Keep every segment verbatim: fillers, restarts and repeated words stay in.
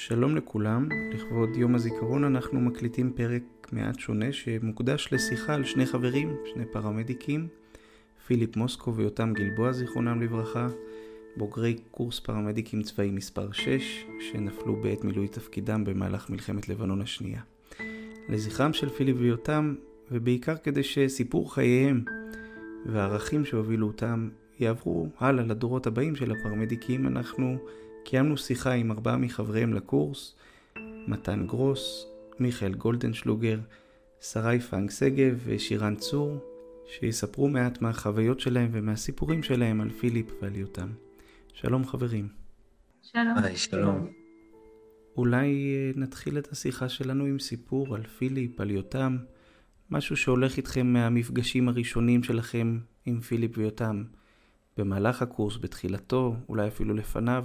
שלום לכולם, לכבוד יום הזיכרון אנחנו מקליטים פרק מעט שונה שמוקדש לשיחה על שני חברים, שני פרמדיקים, פיליפ מוסקו ויותם גלבוע זיכרונם לברכה, בוגרי קורס פרמדיקים צבאי מספר שש, שנפלו בעת מילוי תפקידם במהלך מלחמת לבנון השנייה. לזכרם של פיליפ ויותם, ובעיקר כדי שסיפור חייהם והערכים שהובילו אותם יעברו הלאה לדורות הבאים של הפרמדיקים, אנחנו קיימנו שיחה עם ארבעה מחבריהם לקורס, מתן גרוס, מיכאל גולדנשלוגר, שרי פנק סגב ושירן צור, שיספרו מעט מהחוויות שלהם ומהסיפורים שלהם על פיליפ ועל יותם. שלום חברים. שלום. היי, שלום. אולי נתחיל את השיחה שלנו עם סיפור על פיליפ, על יותם, משהו שהולך איתכם מהמפגשים הראשונים שלכם עם פיליפ ויותם, במהלך הקורס, בתחילתו, אולי אפילו לפניו.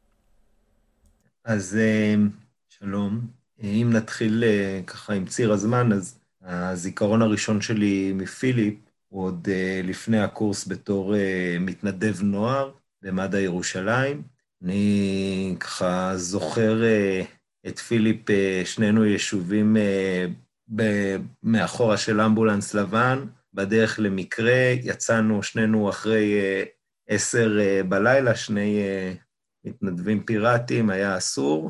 אז שלום. אם נתחיל ככה עם ציר הזמן, אז הזיכרון הראשון שלי מפיליפ הוא עוד לפני הקורס בתור מתנדב נוער במד"א ירושלים. אני ככה זוכר את פיליפ, שנינו יישובים מאחורה של אמבולנס לבן, בדרך למקרה, יצאנו שנינו אחרי עשר בלילה, שני מתנדבים פיראטים, היה אסור,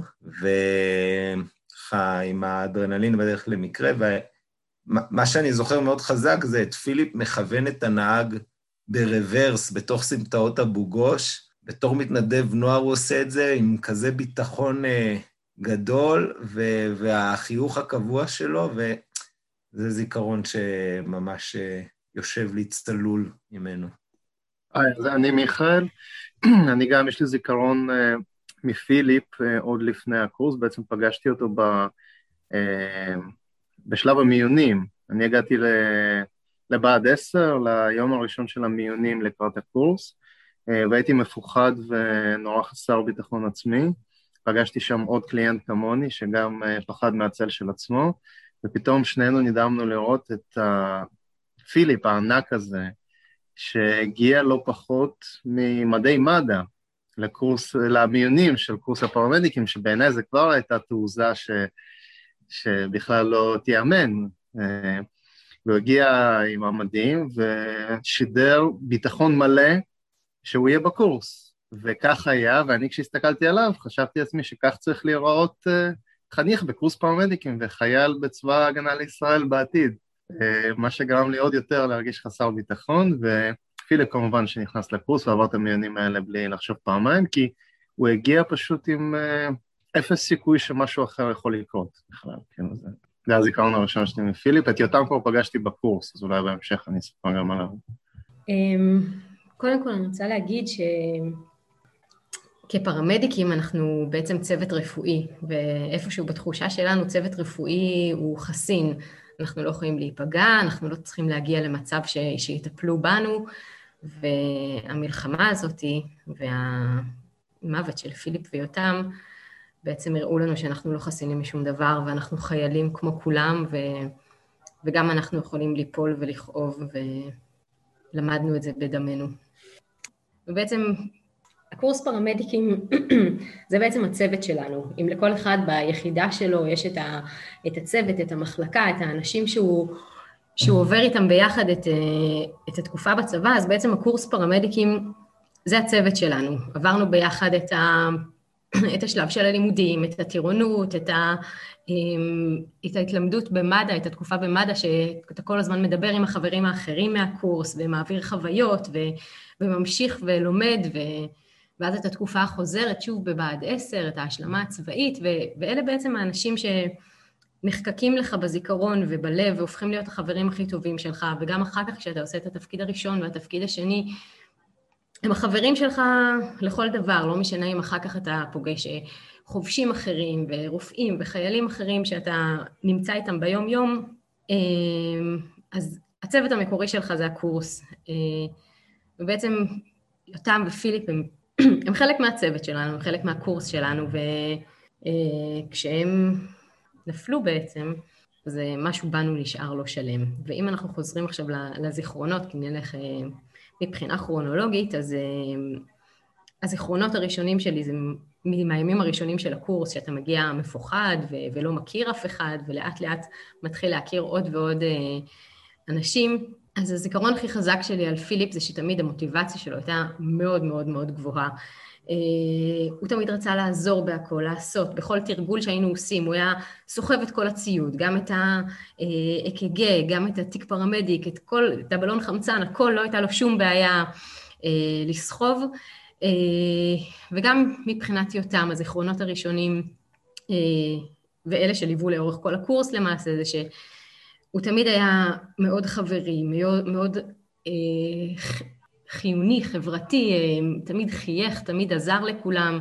וככה עם האדרנלין בדרך למקרה, ומה שאני זוכר מאוד חזק זה את פיליפ מכוון את הנהג ברוורס, בתוך סמטאות אבו גוש, בתור מתנדב נוער הוא עושה את זה, עם כזה ביטחון גדול, והחיוך הקבוע שלו, וזה זיכרון שממש יושב לי צלול ממנו. אז אני מיכאל, אני גם יש לי זיכרון uh, מפיליפ uh, עוד לפני הקורס, בעצם פגשתי אותו ב, uh, בשלב המיונים, אני הגעתי לבה"ד עשר, ליום הראשון של המיונים לקראת הקורס, uh, והייתי מפוחד ונורא חסר ביטחון עצמי, פגשתי שם עוד קליינט כמוני שגם uh, פחד מהצל של עצמו, ופתאום שנינו נדהמנו לראות את uh, פיליפ הענק הזה, שהגיע לא פחות ממדעי מד"א לקורס, למיונים של קורס הפרמדיקים, שבעיניי זה כבר הייתה תעוזה ש, שבכלל לא תיאמן. והוא הגיע עם המדים ושידר ביטחון מלא שהוא יהיה בקורס. וכך היה, ואני כשהסתכלתי עליו חשבתי לעצמי שכך צריך להיראות חניך בקורס פרמדיקים וחייל בצבא ההגנה לישראל בעתיד. מה שגרם לי עוד יותר להרגיש חסר ביטחון, ופיליפ כמובן שנכנס לקורס ועבר את המיונים האלה בלי לחשוב פעמיים, כי הוא הגיע פשוט עם אפס סיכוי שמשהו אחר יכול לקרות בכלל. זה, זה הזיכרון הראשון שלי מפיליפ, את יותם כבר פגשתי בקורס, אז אולי בהמשך אני אספר גם עליו. קודם כל אני רוצה להגיד שכפרמדיקים אנחנו בעצם צוות רפואי, ואיפשהו בתחושה שלנו צוות רפואי הוא חסין, אנחנו לא יכולים להיפגע, אנחנו לא צריכים להגיע למצב ש... שיטפלו בנו, והמלחמה הזאת והמוות של פיליפ ויותם בעצם הראו לנו שאנחנו לא חסינים משום דבר, ואנחנו חיילים כמו כולם, ו... וגם אנחנו יכולים ליפול ולכאוב, ולמדנו את זה בדמנו. ובעצם הקורס פרמדיקים זה בעצם הצוות שלנו. אם לכל אחד ביחידה שלו יש את, ה, את הצוות, את המחלקה, את האנשים שהוא, שהוא עובר איתם ביחד את, את התקופה בצבא, אז בעצם הקורס פרמדיקים זה הצוות שלנו. עברנו ביחד את, ה, את השלב של הלימודים, את הטירונות, את, ה, את ההתלמדות במד"א, את התקופה במד"א, שאתה כל הזמן מדבר עם החברים האחרים מהקורס, ומעביר חוויות, ו, וממשיך ולומד, ו... ואז את התקופה החוזרת שוב בבה"ד עשר, את ההשלמה הצבאית, ו- ואלה בעצם האנשים שנחקקים לך בזיכרון ובלב, והופכים להיות החברים הכי טובים שלך, וגם אחר כך כשאתה עושה את התפקיד הראשון והתפקיד השני, הם החברים שלך לכל דבר, לא משנה אם אחר כך אתה פוגש חובשים אחרים, ורופאים וחיילים אחרים שאתה נמצא איתם ביום יום, אז הצוות המקורי שלך זה הקורס, ובעצם יותם ופיליפ הם הם חלק מהצוות שלנו, הם חלק מהקורס שלנו, וכשהם נפלו בעצם, אז משהו בנו נשאר לא שלם. ואם אנחנו חוזרים עכשיו לזיכרונות, כי נלך מבחינה כרונולוגית, אז הזיכרונות הראשונים שלי זה מהימים הראשונים של הקורס, שאתה מגיע מפוחד ו- ולא מכיר אף אחד, ולאט לאט מתחיל להכיר עוד ועוד אנשים. אז הזיכרון הכי חזק שלי על פיליפ זה שתמיד המוטיבציה שלו הייתה מאוד מאוד מאוד גבוהה. הוא תמיד רצה לעזור בהכל, לעשות, בכל תרגול שהיינו עושים, הוא היה סוחב את כל הציוד, גם את האק"ג, גם את התיק פרמדיק, את כל, את הבלון חמצן, הכל, לא הייתה לו שום בעיה לסחוב. וגם מבחינת יותם, הזיכרונות הראשונים, ואלה שליוו לאורך כל הקורס למעשה, זה שהוא תמיד היה מאוד חברי, מאוד, מאוד חיוני, חברתי, תמיד חייך, תמיד עזר לכולם.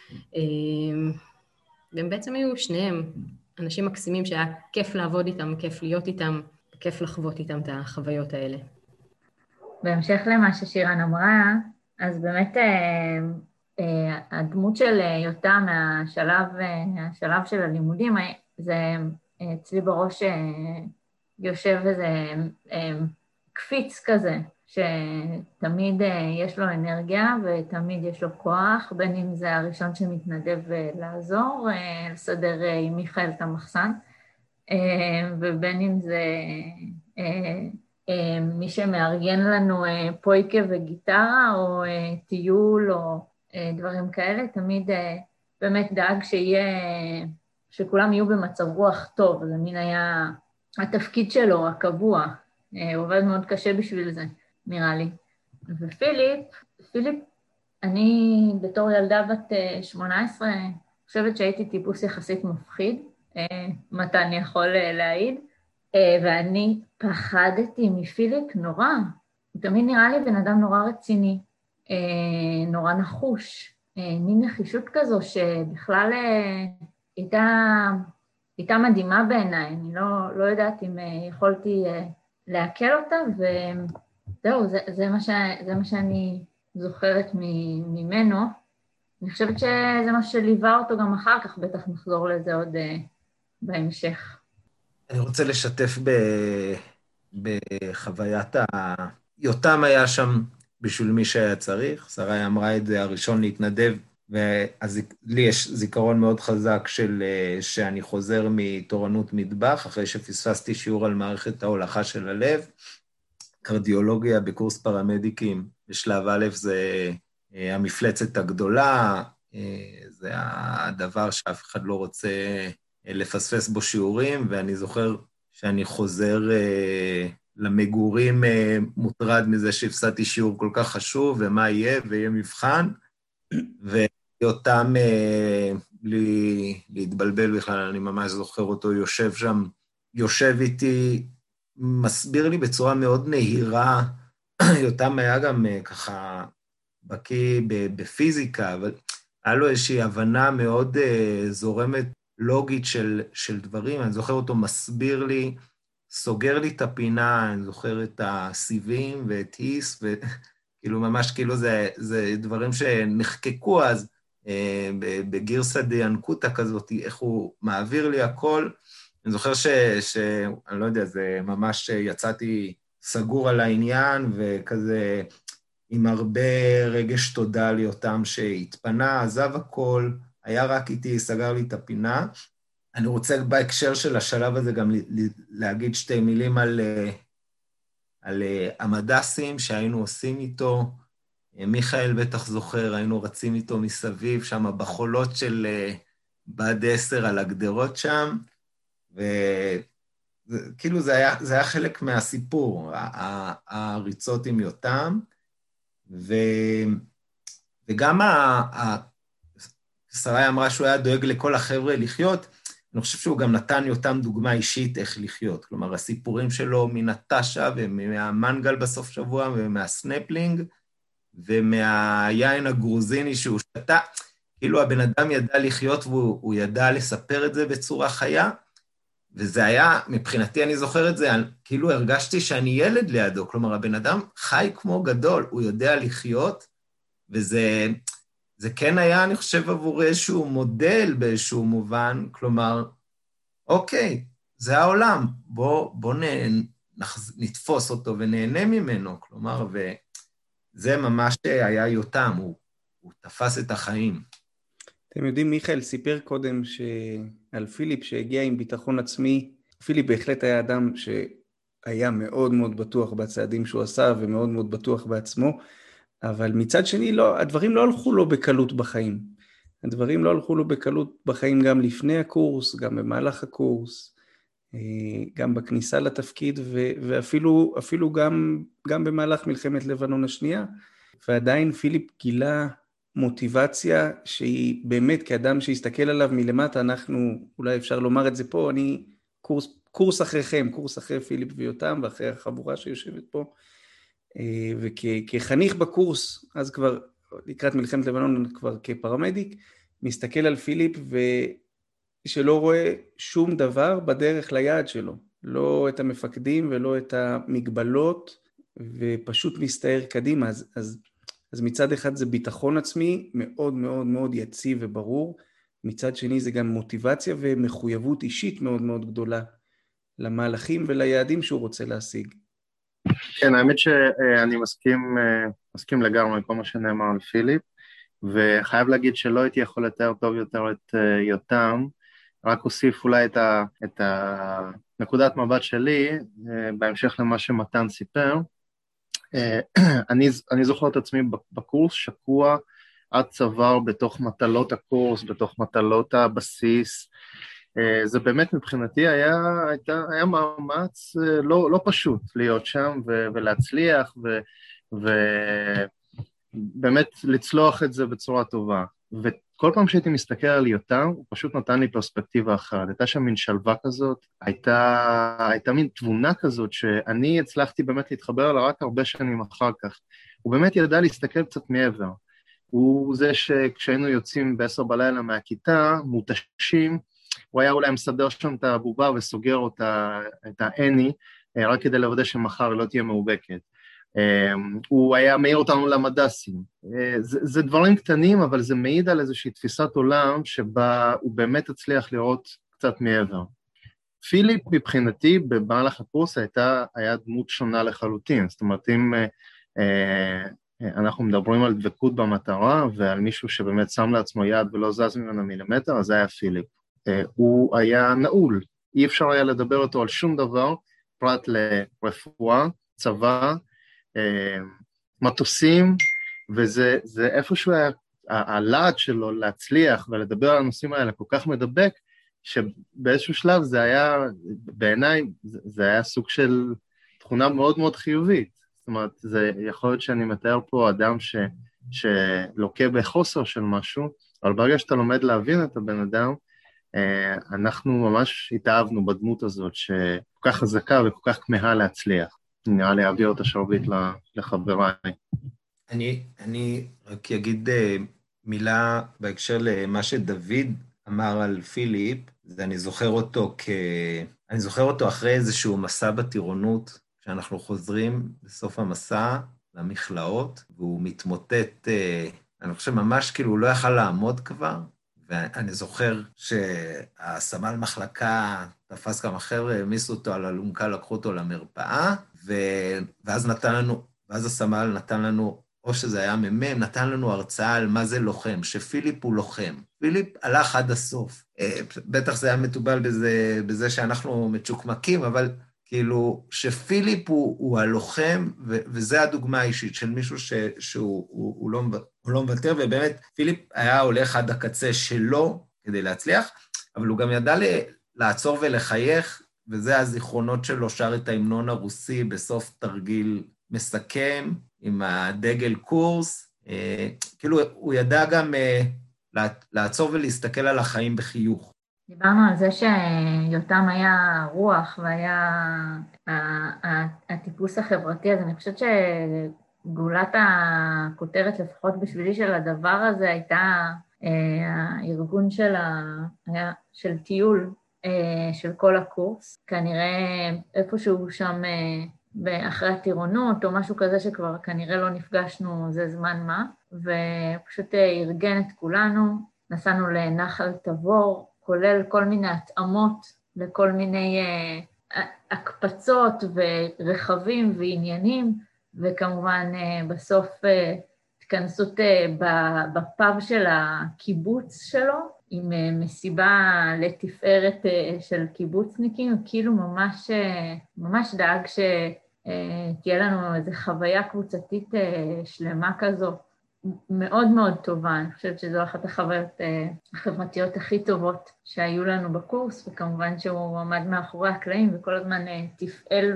והם בעצם היו שניהם אנשים מקסימים שהיה כיף לעבוד איתם, כיף להיות איתם, כיף לחוות איתם את החוויות האלה. בהמשך למה ששירן אמרה, אז באמת הדמות של יותם מהשלב, השלב של הלימודים, זה אצלי בראש יושב איזה קפיץ כזה, שתמיד יש לו אנרגיה ותמיד יש לו כוח, בין אם זה הראשון שמתנדב לעזור, לסדר עם מיכאל את המחסן, ובין אם זה מי שמארגן לנו פויקה וגיטרה, או טיול, או דברים כאלה, תמיד באמת דאג שיהיה, שכולם יהיו במצב רוח טוב, זה מין היה התפקיד שלו, הקבוע, הוא עובד מאוד קשה בשביל זה, נראה לי. ופיליפ, פיליפ, אני בתור ילדה בת שמונה עשרה, חושבת שהייתי טיפוס יחסית מפחיד, מתן יכול להעיד, ואני פחדתי מפיליפ נורא. הוא תמיד נראה לי בן אדם נורא רציני, נורא נחוש, מין נחישות כזו שבכלל הייתה, הייתה מדהימה בעיניי, אני לא, לא יודעת אם יכולתי להקל אותה, וזהו, זה, זה מה ש, זה מה שאני זוכרת ממנו. אני חושבת שזה מה שליווה אותו גם אחר כך, בטח נחזור לזה עוד בהמשך. אני רוצה לשתף ב... בחוויית ה... יותם היה שם בשביל מי שהיה צריך, שרי אמרה את זה, הראשון להתנדב, ואז לי יש זיכרון מאוד חזק של שאני חוזר מתורנות מטבח, אחרי שפספסתי שיעור על מערכת ההולכה של הלב, קרדיולוגיה בקורס פרמדיקים, בשלב א' זה המפלצת הגדולה, זה הדבר שאף אחד לא רוצה לפספס בו שיעורים, ואני זוכר שאני חוזר למגורים מוטרד מזה שהפסדתי שיעור כל כך חשוב, ומה יהיה, ויהיה מבחן, ואותם, בלי להתבלבל בכלל, אני ממש זוכר אותו, יושב שם, יושב איתי, מסביר לי בצורה מאוד נהירה, יותם היה גם ככה בקיא בפיזיקה, אבל היה לו איזושהי הבנה מאוד זורמת, לוגית של, של דברים, אני זוכר אותו מסביר לי, סוגר לי את הפינה, אני זוכר את הסיבים ואת היס, וכאילו ממש כאילו זה, זה דברים שנחקקו אז, אה, בגירסא דינקותא כזאת, איך הוא מעביר לי הכל, אני זוכר ש, ש... אני לא יודע, זה ממש יצאתי סגור על העניין, וכזה עם הרבה רגש תודה לי אותם שהתפנה, עזב הכל, היה רק איתי, סגר לי את הפינה. אני רוצה בהקשר של השלב הזה גם להגיד שתי מילים על, על המדסים שהיינו עושים איתו. מיכאל בטח זוכר, היינו רצים איתו מסביב, שם בחולות של בד עשר על הגדרות שם, וכאילו זה היה, זה היה חלק מהסיפור, הריצות עם יותם, ו, וגם ה... שרי אמרה שהוא היה דואג לכל החבר'ה לחיות, אני חושב שהוא גם נתן יותם דוגמה אישית איך לחיות. כלומר, הסיפורים שלו מנטשה ומהמנגל בסוף שבוע ומהסנפלינג, ומהיין הגרוזיני שהוא שתה, כאילו הבן אדם ידע לחיות והוא ידע לספר את זה בצורה חיה, וזה היה, מבחינתי אני זוכר את זה, כאילו הרגשתי שאני ילד לידו, כלומר הבן אדם חי כמו גדול, הוא יודע לחיות, וזה... זה כן היה, אני חושב, עבור איזשהו מודל באיזשהו מובן, כלומר, אוקיי, זה העולם, בוא, בוא נחז, נתפוס אותו ונהנה ממנו, כלומר, וזה ממש היה יותם, הוא, הוא תפס את החיים. אתם יודעים, מיכאל סיפר קודם על פיליפ שהגיע עם ביטחון עצמי. פיליפ בהחלט היה אדם שהיה מאוד מאוד בטוח בצעדים שהוא עשה ומאוד מאוד בטוח בעצמו, אבל מצד שני לא, הדברים לא הלכו לו בקלות בחיים. הדברים לא הלכו לו בקלות בחיים גם לפני הקורס, גם במהלך הקורס, גם בכניסה לתפקיד ואפילו אפילו גם, גם במהלך מלחמת לבנון השנייה. ועדיין פיליפ גילה מוטיבציה שהיא באמת כאדם שיסתכל עליו מלמטה, אנחנו, אולי אפשר לומר את זה פה, אני קורס, קורס אחריכם, קורס אחרי פיליפ ויותם ואחרי החבורה שיושבת פה, וכחניך בקורס, אז כבר לקראת מלחמת לבנון כבר כפרמדיק, מסתכל על פיליפ ושלא רואה שום דבר בדרך ליעד שלו, לא את המפקדים ולא את המגבלות, ופשוט מסתער קדימה. אז, אז אז מצד אחד זה ביטחון עצמי מאוד מאוד מאוד יציב וברור, מצד שני זה גם מוטיבציה ומחויבות אישית מאוד מאוד גדולה למהלכים וליעדים שהוא רוצה להשיג. כן, האמת שאני מסכים, מסכים לגמרי כל מה שנאמר על פיליפ, וחייב להגיד שלא הייתי יכול לתאר טוב יותר את יותם, רק אוסיף אולי את, ה, את הנקודת מבט שלי, בהמשך למה שמתן סיפר. אני, אני זוכר את עצמי בקורס שקוע עד צוואר בתוך מטלות הקורס, בתוך מטלות הבסיס. זה באמת מבחינתי היה, הייתה, היה מאמץ לא, לא פשוט להיות שם ו, ולהצליח ו, ובאמת לצלוח את זה בצורה טובה. וכל פעם שהייתי מסתכל על יותם, הוא פשוט נתן לי פרספקטיבה אחרת. הייתה שם מין שלווה כזאת, הייתה, הייתה מין תבונה כזאת שאני הצלחתי באמת להתחבר לה רק הרבה שנים אחר כך. הוא באמת ידע להסתכל קצת מעבר. הוא זה שכשהיינו יוצאים בעשר בלילה מהכיתה, מותשים, הוא היה אולי מסדר שם את הבובה וסוגר אותה, את העני, רק כדי לוודא שמחר לא תהיה מאובקת. הוא היה מעיר אותנו למדסים. זה, זה דברים קטנים, אבל זה מעיד על איזושהי תפיסת עולם שבה הוא באמת הצליח לראות קצת מעבר. פיליפ מבחינתי במהלך הקורס הייתה, היה דמות שונה לחלוטין, זאת אומרת אם אנחנו מדברים על דבקות במטרה ועל מישהו שבאמת שם לעצמו יד ולא זז ממנו מילימטר, אז זה היה פיליפ. הוא היה נעול, אי אפשר היה לדבר אותו על שום דבר, פרט לרפואה, צבא, מטוסים, וזה זה איפשהו היה, הלעד שלו להצליח ולדבר על הנושאים האלה כל כך מדבק, שבאיזשהו שלב זה היה, בעיניי, זה היה סוג של תכונה מאוד מאוד חיובית. זאת אומרת, זה יכול להיות שאני מתאר פה אדם ש, שלוקה בחוסר של משהו, אבל ברגע שאתה לומד להבין את הבן אדם, אנחנו ממש התאהבנו בדמות הזאת, שכל כך חזקה וכל כך כמהה להצליח. נראה לי להעביר את השרביט לחבריי. אני, אני רק אגיד מילה בהקשר למה שדוד אמר על פיליפ, זה אני זוכר אותו כ... אני זוכר אותו אחרי איזשהו מסע בטירונות, שאנחנו חוזרים בסוף המסע למכלאות, והוא מתמוטט, אני חושב ממש כאילו הוא לא יכל לעמוד כבר, ואני זוכר שהסמל מחלקה תפס כמה חבר'ה, המיסו אותו על אלונקה, לקחו אותו למרפאה, ו... ואז נתן לנו, ואז הסמל נתן לנו, או שזה היה ממם, נתן לנו הרצאה על מה זה לוחם, שפיליפ הוא לוחם. פיליפ הלך עד הסוף. בטח זה היה מטובל בזה, בזה שאנחנו מצ'וקמקים, אבל כאילו שפיליפ הוא, הוא הלוחם, ו... וזה הדוגמה האישית של מישהו ש... שהוא הוא, הוא לא, הוא לא מוותר, ובאמת פיליפ היה הולך עד הקצה שלו כדי להצליח, אבל הוא גם ידע ל... לעצור ולחייך, וזה הזיכרונות שלו, שר את ההמנון הרוסי בסוף תרגיל מסכם, עם הדגל קורס, אה, כאילו הוא ידע גם אה, לעצור ולהסתכל על החיים בחיוך. דיברנו על זה שיותם היה רוח, והיה הטיפוס החברתי, אז אני חושבת שגאולת הכותרת, לפחות בשבילי של הדבר הזה, הייתה הארגון של, ה... של טיול, של כל הקורס, כנראה איפשהו שם אחרי הטירונות, או משהו כזה שכבר כנראה לא נפגשנו זה זמן מה, ופשוט ארגן את כולנו, נסענו לנחל תבור, כולל כל מיני התאמות לכל מיני הקפצות ורכבים ועניינים, וכמובן בסוף התכנסות בפאב של הקיבוץ שלו, עם מסיבה לתפארת של קיבוצניקים, כאילו ממש, ממש דאג שתהיה לנו איזו חוויה קבוצתית שלמה כזו, מאוד מאוד טובה. אני חושבת שזו אחת החוויות החברתיות הכי טובות שהיו לנו בקורס, וכמובן שהוא עמד מאחורי הקלעים וכל הזמן תפעל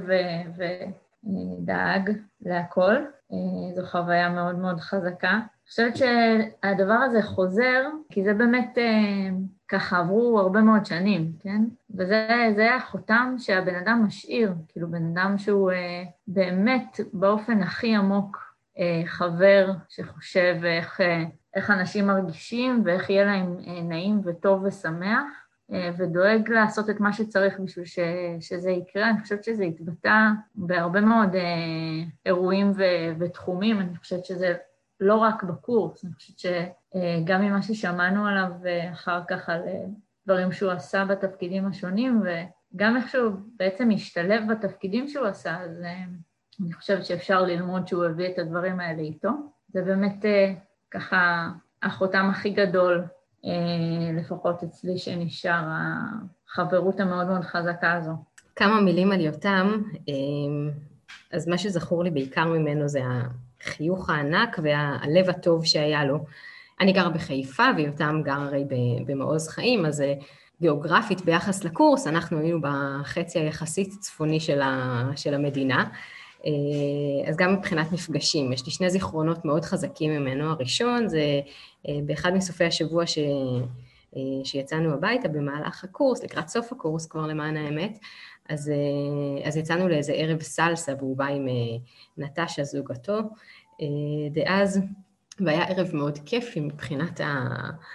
ודאג להכל. זו חוויה מאוד מאוד חזקה. אני חושבת שהדבר הזה חוזר, כי זה באמת ככה עברו הרבה מאוד שנים, כן? וזה זה החותם שהבן אדם משאיר, כאילו בן אדם שהוא באמת באופן הכי עמוק חבר שחושב איך, איך אנשים מרגישים ואיך יהיה להם נעים וטוב ושמח, ודואג לעשות את מה שצריך בשביל ש, שזה יקרה. אני חושבת שזה יתבטא בהרבה מאוד אירועים ו, ותחומים. אני חושבת שזה לא רק בקורס, אני חושבת שגם ממה ששמענו עליו אחר כך על דברים שהוא עשה בתפקידים השונים, וגם איך שהוא בעצם השתלב בתפקידים שהוא עשה, אז אני חושבת שאפשר ללמוד שהוא הביא את הדברים האלה איתו. זה באמת ככה החותם הכי גדול, לפחות אצלי, שנשאר החברות המאוד מאוד חזקה הזו. כמה מילים על יותם. אז מה שזכור לי בעיקר ממנו זה החיוך הענק והלב הטוב שהיה לו. אני גרה בחיפה ויותם גר הרי במעוז חיים, אז גיאוגרפית ביחס לקורס אנחנו היינו בחצי היחסית צפוני של, ה, של המדינה. אז גם מבחינת מפגשים, יש לי שני זיכרונות מאוד חזקים ממנו. הראשון זה באחד מסופי השבוע ש... שיצאנו הביתה במהלך הקורס, לקראת סוף הקורס כבר למען האמת, אז, אז יצאנו לאיזה ערב סלסה, והוא בא עם נטשה זוגתו דאז, והיה ערב מאוד כיפי מבחינת ה...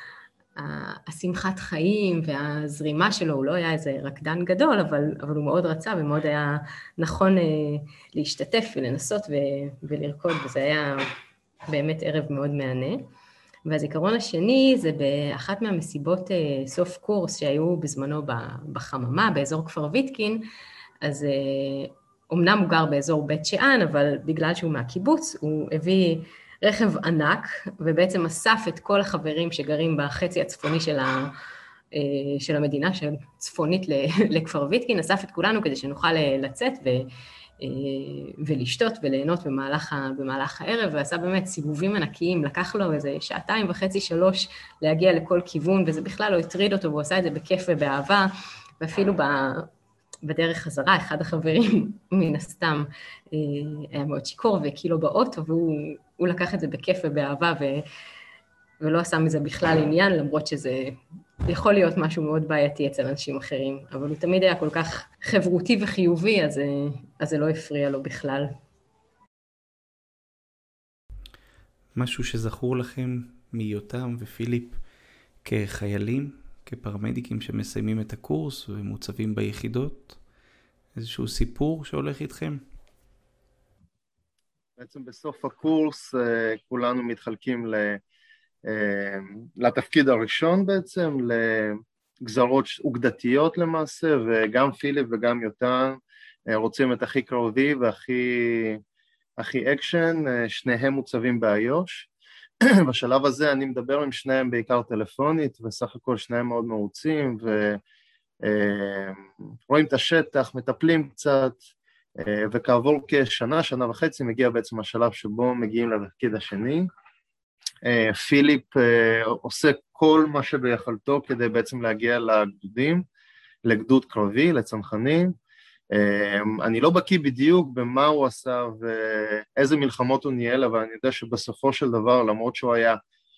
השמחת חיים והזרימה שלו. הוא לא היה איזה רקדן גדול, אבל, אבל הוא מאוד רצה ומאוד היה נכון להשתתף ולנסות ולרקוד, וזה היה באמת ערב מאוד מענה. והזיכרון השני זה באחת מהמסיבות סוף קורס שהיו בזמנו בחממה, באזור כפר ויתקין, אז אמנם הוא גר באזור בית שאן, אבל בגלל שהוא מהקיבוץ, הוא הביא רכב ענק, ובעצם אסף את כל החברים שגרים בחצי הצפוני של, ה, של המדינה, צפונית לכפר ויתקין, אסף את כולנו כדי שנוכל לצאת ו, ולשתות וליהנות במהלך, במהלך הערב, ועשה באמת סיבובים ענקיים, לקח לו איזה שעתיים וחצי, שלוש, להגיע לכל כיוון, וזה בכלל לא הטריד אותו, והוא עשה את זה בכיף ובאהבה, ואפילו ב... בדרך חזרה, אחד החברים מן הסתם היה מאוד שיקור והקילו באוטו, והוא לקח את זה בכיף ובאהבה, ו, ולא עשה מזה בכלל עניין, למרות שזה יכול להיות משהו מאוד בעייתי אצל אנשים אחרים, אבל הוא תמיד היה כל כך חברותי וחיובי, אז, אז זה לא הפריע לו בכלל. משהו שזכור לכם מיותם ופיליפ כחיילים, כפרמדיקים שמסיימים את הקורס ומוצבים ביחידות? איזשהו סיפור שהולך איתכם? בעצם בסוף הקורס כולנו מתחלקים לתפקיד הראשון בעצם, לגזרות אוגדתיות למעשה, וגם פיליפ וגם יותם רוצים את הכי קרבי והכי הכי אקשן, שניהם מוצבים באיו"ש. בשלב הזה אני מדבר עם שניהם בעיקר טלפונית, וסך הכל שניהם מאוד מרוצים, ורואים את השטח, מטפלים קצת, וכעבור כשנה, שנה וחצי, מגיע בעצם השלב שבו מגיעים לתפקיד השני. פיליפ עושה כל מה שביכולתו כדי בעצם להגיע לגדודים, לגדוד קרבי, לצנחנים. אני לא בקיא בדיוק במה הוא עשה ואיזה מלחמות הוא ניהל, אבל אני יודע שבסופו של דבר, למרות שהוא היה,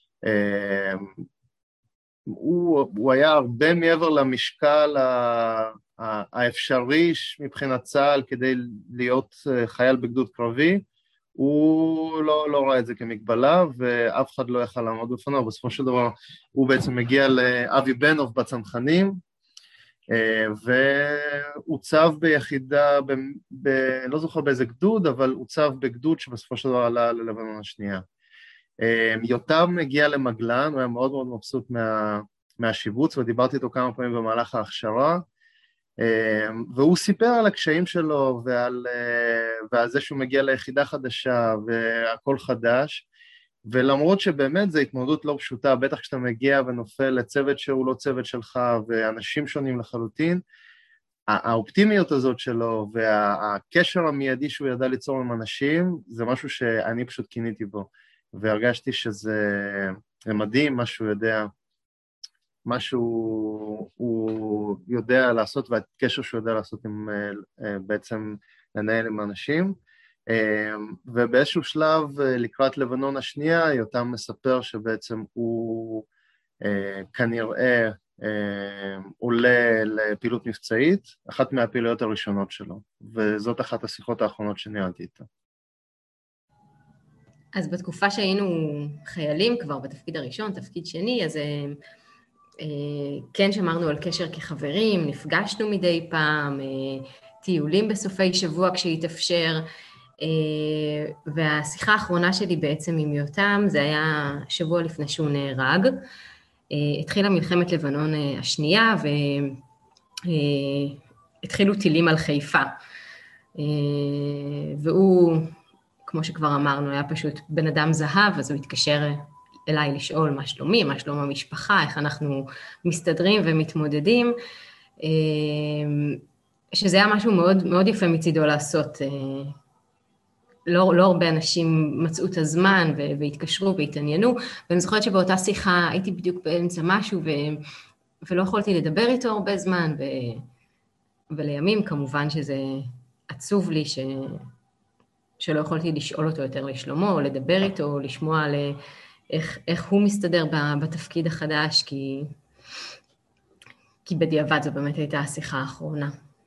הוא, הוא היה הרבה מעבר למשקל האפשרי מבחינת צה"ל כדי להיות חייל בגדוד קרבי, הוא לא, לא ראה את זה כמגבלה, ואף אחד לא יכל לעמוד בפניו. בסופו של דבר הוא בעצם מגיע לאבי בנוב בצנחנים, והוצב ביחידה, ב, ב, לא זוכר באיזה גדוד, אבל הוצב בגדוד שבסופו של דבר עלה ללבנון השנייה. יותם הגיע למגלן, הוא היה מאוד מאוד מבסוט מה, מהשיבוץ, ודיברתי איתו כמה פעמים במהלך ההכשרה, והוא סיפר על הקשיים שלו ועל, ועל זה שהוא מגיע ליחידה חדשה והכל חדש, ולמרות שבאמת זו התמודדות לא פשוטה, בטח כשאתה מגיע ונופל לצוות שהוא לא צוות שלך, ואנשים שונים לחלוטין, האופטימיות הזאת שלו, והקשר המיידי שהוא ידע ליצור עם אנשים, זה משהו שאני פשוט כיניתי בו, והרגשתי שזה מדהים, מה שהוא יודע, מה שהוא יודע לעשות, והקשר שהוא יודע לעשות עם, בעצם לנהל עם אנשים, ובאיזשהו שלב לקראת לבנון השנייה, יותם מספר שבעצם הוא כנראה עולה לפעילות מבצעית, אחת מהפעילויות הראשונות שלו, וזאת אחת השיחות האחרונות שניהלתי איתה. אז בתקופה שהיינו חיילים כבר בתפקיד הראשון, תפקיד שני, אז כן שמרנו על קשר כחברים, נפגשנו מדי פעם, טיולים בסופי שבוע כשהתאפשר, והשיחה האחרונה שלי בעצם עם יותם, זה היה שבוע לפני שהוא נהרג, התחילה מלחמת לבנון השנייה, והתחילו טילים על חיפה, והוא, כמו שכבר אמרנו, היה פשוט בן אדם זהב, אז הוא התקשר אליי לשאול מה שלומי, מה שלום המשפחה, איך אנחנו מסתדרים ומתמודדים, שזה היה משהו מאוד, מאוד יפה מצידו לעשות. לא, לא הרבה אנשים מצאו את הזמן והתקשרו והתעניינו, ואני זוכרת שבאותה שיחה הייתי בדיוק באמצע משהו, ו, ולא יכולתי לדבר איתו הרבה זמן, ו, ולימים כמובן שזה עצוב לי ש, שלא יכולתי לשאול אותו יותר לשלומו, או לדבר איתו, או לשמוע על איך, איך הוא מסתדר בתפקיד החדש, כי, כי בדיעבד זו באמת הייתה השיחה האחרונה.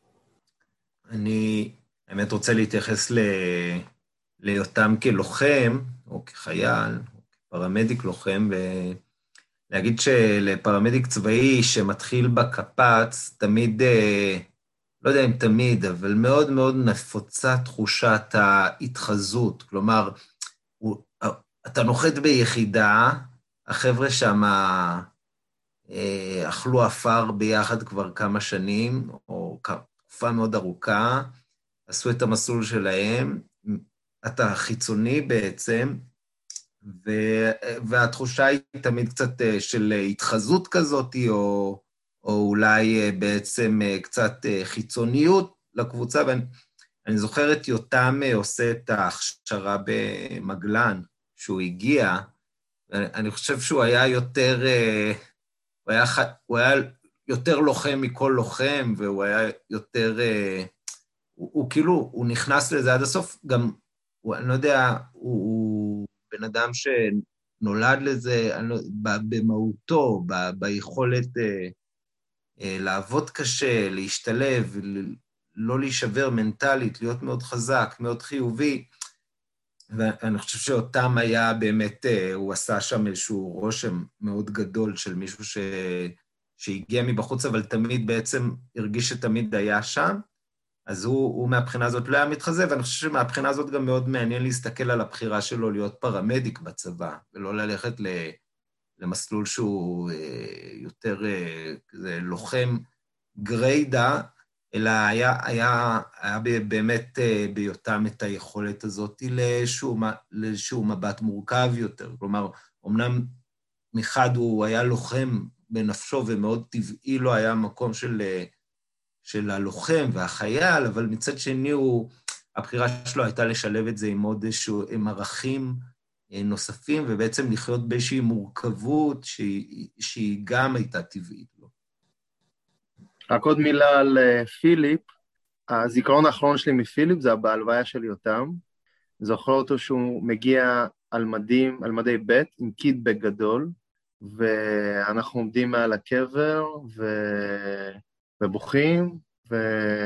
אני באמת רוצה להתייחס ל... ליותם כלוחם, או כחייל, או כפרמדיק לוחם, ולהגיד שלפרמדיק צבאי שמתחיל בקפץ, תמיד, לא יודע אם תמיד, אבל מאוד מאוד נפוצה תחושת ההתחזות. כלומר, אתה נוחת ביחידה, החבר'ה שם אכלו אפר ביחד כבר כמה שנים, או תקופה מאוד ארוכה, עשו את המסלול שלהם, אתה חיצוני בעצם, והתחושה היא תמיד קצת של התחזות כזאת, או, או אולי בעצם קצת חיצוניות לקבוצה, ואני זוכר את יותם עושה את ההכשרה במגלן, שהוא הגיע, אני חושב שהוא היה יותר, הוא היה, הוא היה יותר לוחם מכל לוחם, והוא היה יותר, הוא, הוא כאילו, הוא נכנס לזה עד הסוף, גם, הוא, אני לא יודע, הוא, הוא בן אדם שנולד לזה, לא, במהותו, ב, ביכולת אה, אה, לעבוד קשה, להשתלב, לא להישבר מנטלית, להיות מאוד חזק, מאוד חיובי, ואני חושב שאותם היה באמת, אה, הוא עשה שם איזשהו רושם מאוד גדול של מישהו ש, שהגיע מבחוץ, אבל תמיד בעצם הרגיש שתמיד היה שם, אז הוא, הוא מהבחינה הזאת לא היה מתחזה, ואני חושב שמהבחינה הזאת גם מאוד מעניין להסתכל על הבחירה שלו להיות פרמדיק בצבא, ולא ללכת למסלול שהוא יותר כזה לוחם גריידה, אלא היה, היה, היה באמת ביותם את היכולת הזאת לאיזשהו, לאיזשהו מבט מורכב יותר. כלומר, אמנם מחד הוא היה לוחם בנפשו, ומאוד טבעי לו היה מקום של... של הלוחם והחייל, אבל מצד שני הוא, הבחירה שלו הייתה לשלב את זה עם עוד איזשהו, עם ערכים נוספים, ובעצם לחיות באיזושהי מורכבות שהיא, שהיא גם הייתה טבעית לו. רק עוד מילה על פיליפ, הזיכרון האחרון שלי מפיליפ זה בהלוויה של יותם, זוכר אותו שהוא מגיע על מדים, על מדי בית, עם קיטבג גדול, ואנחנו עומדים מעל הקבר, ו... ובוכים, ו...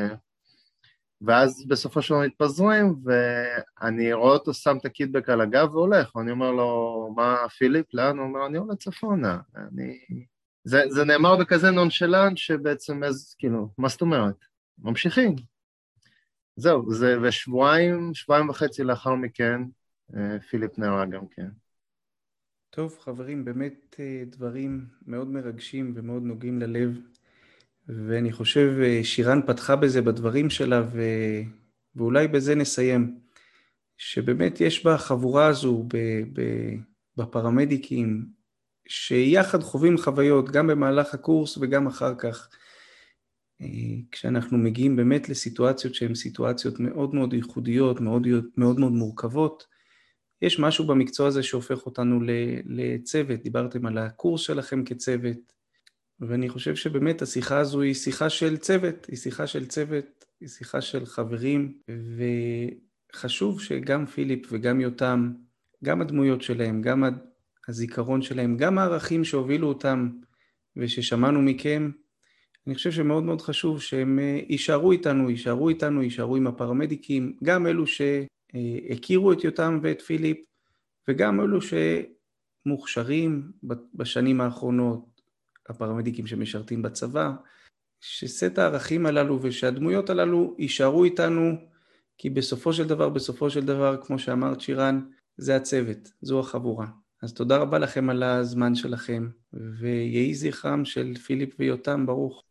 ואז בסופו של דבר מתפזרים, ואני רואה אותו שם את הקיטבק על הגב והולך, ואני אומר לו, מה פיליפ? לאן? הוא אומר, אני עולה צפונה. אני... זה, זה נאמר בכזה נונשלנט, שבעצם, אז, כאילו, מה זאת אומרת? ממשיכים. זהו, זה, ושבועיים, שבועיים וחצי לאחר מכן, פיליפ נהרג גם כן. טוב, חברים, באמת דברים מאוד מרגשים ומאוד נוגעים ללב, ואני חושב שירן פתחה בזה בדברים שלה, ו... ואולי בזה נסיים, שבאמת יש בחבורה הזו, ב... ב... בפרמדיקים, שיחד חווים חוויות גם במהלך הקורס וגם אחר כך, כשאנחנו מגיעים באמת לסיטואציות שהן סיטואציות מאוד מאוד ייחודיות, מאוד מאוד, מאוד מורכבות, יש משהו במקצוע הזה שהופך אותנו לצוות. דיברתם על הקורס שלכם כצוות, ואני חושב שבאמת השיחה הזו היא שיחה של צוות, היא שיחה של צוות, היא שיחה של חברים, וחשוב שגם פיליפ וגם יותם, גם הדמויות שלהם, גם הזיכרון שלהם, גם הערכים שהובילו אותם וששמענו מכם, אני חושב שמאוד מאוד חשוב שהם יישארו איתנו, יישארו איתנו, יישארו עם הפרמדיקים, גם אלו שהכירו את יותם ואת פיליפ, וגם אלו שמוכשרים בשנים האחרונות, הפרמדיקים שמשרתים בצבא, שסט הערכים הללו ושהדמויות הללו יישארו איתנו, כי בסופו של דבר, בסופו של דבר, כמו שאמרת שירן, זה הצוות, זו החבורה. אז תודה רבה לכם על הזמן שלכם, ויהי זכרם של פיליפ ויותם ברוך.